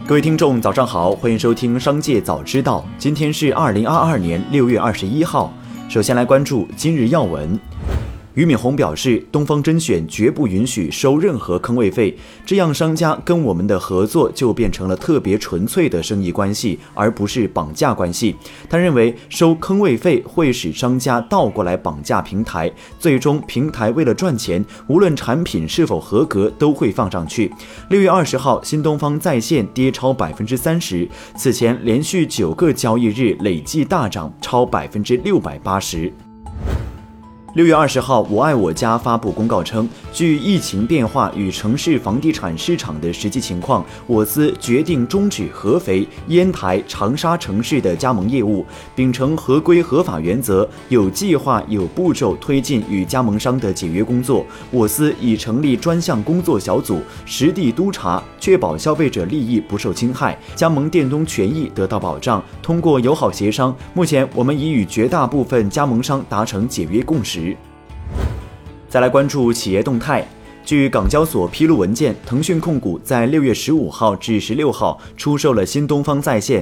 各位听众早上好，欢迎收听商界早知道，今天是2022年6月21号。首先来关注今日要闻。俞敏洪表示，东方甄选绝不允许收任何坑位费，这样商家跟我们的合作就变成了特别纯粹的生意关系，而不是绑架关系。他认为收坑位费会使商家倒过来绑架平台，最终平台为了赚钱，无论产品是否合格都会放上去。6月20号，新东方在线跌超 30%， 此前连续9个交易日累计大涨超 680%。6月20号，我爱我家发布公告称，据疫情变化与城市房地产市场的实际情况，我司决定终止合肥、烟台、长沙城市的加盟业务，秉承合规合法原则，有计划有步骤推进与加盟商的解约工作。我司已成立专项工作小组，实地督查，确保消费者利益不受侵害，加盟店东权益得到保障。通过友好协商，目前我们已与绝大部分加盟商达成解约共识。再来关注企业动态。据港交所披露文件，腾讯控股在6月15号至16号出售了新东方在线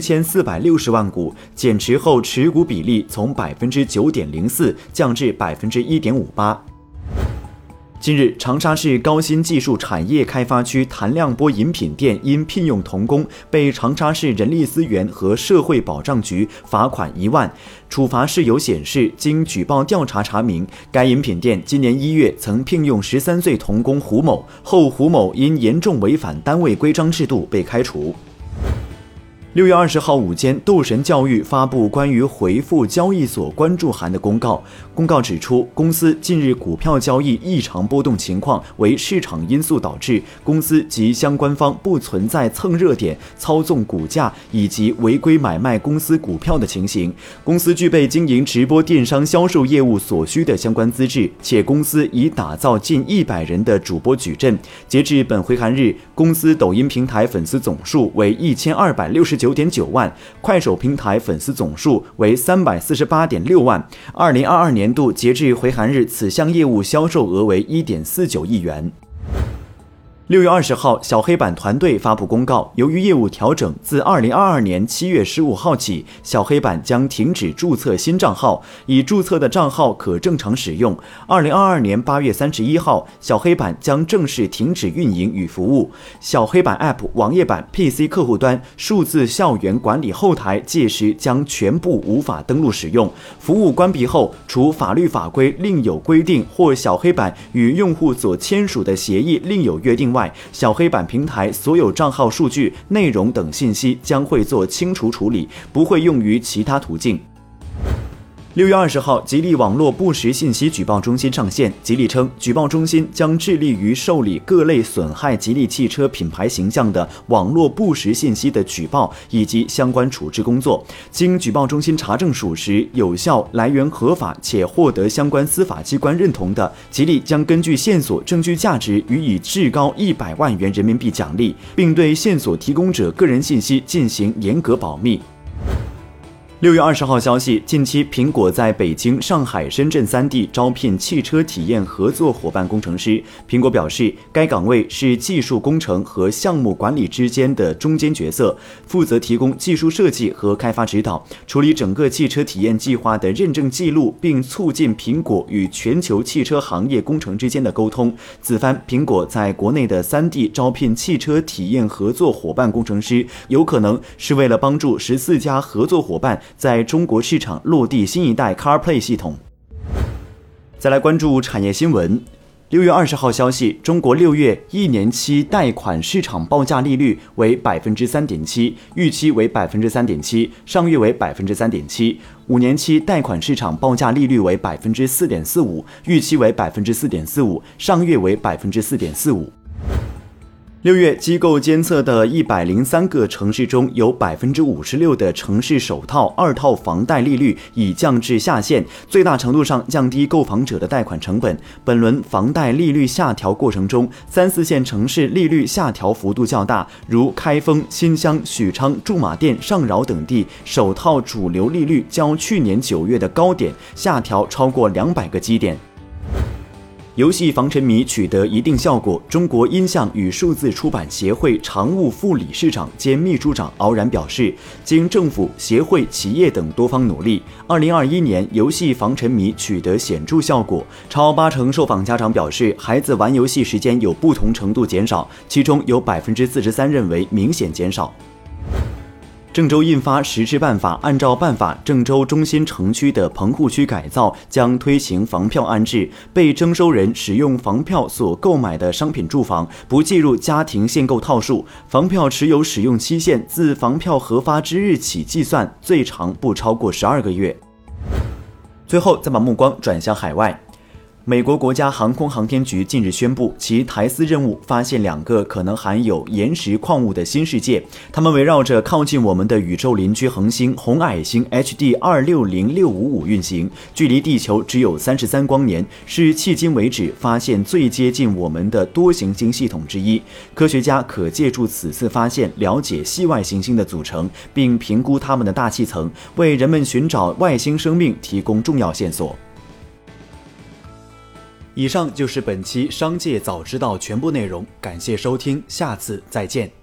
7460万股，减持后持股比例从 9.04% 降至 1.58%。近日，长沙市高新技术产业开发区谭亮波饮品店因聘用童工，被长沙市人力资源和社会保障局罚款1万。处罚事由显示，经举报调查查明，该饮品店今年1月曾聘用13岁童工胡某，后胡某因严重违反单位规章制度被开除。6月20号午间，斗神教育发布关于回复交易所关注函的公告。公告指出，公司近日股票交易异常波动情况为市场因素导致，公司及相关方不存在蹭热点、操纵股价以及违规买卖公司股票的情形。公司具备经营直播电商销售业务所需的相关资质，且公司已打造近100人的主播矩阵。截至本回函日，公司抖音平台粉丝总数为1269.9万，快手平台粉丝总数为348.6万。2022年度截至回函日，此项业务销售额为1.49亿元。6月20号，小黑板团队发布公告，由于业务调整，自2022年7月15号起，小黑板将停止注册新账号，已注册的账号可正常使用。2022年8月31号，小黑板将正式停止运营与服务。小黑板 App 网页版、PC 客户端、数字校园管理后台届时将全部无法登录使用。服务关闭后，除法律法规另有规定或小黑板与用户所签署的协议另有约定外，小黑板平台所有账号数据、内容等信息将会做清除处理，不会用于其他途径。6月20号，吉利网络不实信息举报中心上线。吉利称，举报中心将致力于受理各类损害吉利汽车品牌形象的网络不实信息的举报以及相关处置工作。经举报中心查证属实、有效、来源合法且获得相关司法机关认同的，吉利将根据线索证据价值予以至高100万元人民币奖励，并对线索提供者个人信息进行严格保密。6月20号消息，近期苹果在北京、上海、深圳3地招聘汽车体验合作伙伴工程师。苹果表示，该岗位是技术工程和项目管理之间的中间角色，负责提供技术设计和开发指导，处理整个汽车体验计划的认证记录，并促进苹果与全球汽车行业工程之间的沟通。此番苹果在国内的3地招聘汽车体验合作伙伴工程师，有可能是为了帮助14家合作伙伴在中国市场落地新一代 CarPlay 系统。再来关注产业新闻。6月20号消息，中国6月1年期贷款市场报价利率为 3.7%， 预期为 3.7%， 上月为 3.7%。5年期贷款市场报价利率为 4.45%， 预期为 4.45%， 上月为 4.45%。6月机构监测的103个城市中，有 56% 的城市首套、二套房贷利率已降至下限，最大程度上降低购房者的贷款成本。本轮房贷利率下调过程中，3、4线城市利率下调幅度较大，如开封、新乡、许昌、驻马店、上饶等地，首套主流利率较去年9月的高点下调超过200个基点。 游戏防沉迷取得一定效果，中国音像与数字出版协会常务副理事长兼秘书长敖然表示，经政府、协会、企业等多方努力，2021年游戏防沉迷取得显著效果。超80%受访家长表示，孩子玩游戏时间有不同程度减少，其中有43%认为明显减少。郑州印发实施办法，按照办法，郑州中心城区的棚户区改造将推行房票安置，被征收人使用房票所购买的商品住房不计入家庭限购套数，房票持有使用期限自房票核发之日起计算，最长不超过12个月。最后再把目光转向海外。美国国家航空航天局近日宣布，其台斯任务发现2个可能含有岩石矿物的新世界，它们围绕着靠近我们的宇宙邻居恒星红矮星 HD 260655运行，距离地球只有33光年，是迄今为止发现最接近我们的多行星系统之一。科学家可借助此次发现了解系外行星的组成，并评估它们的大气层，为人们寻找外星生命提供重要线索。以上就是本期商界早知道全部内容，感谢收听，下次再见。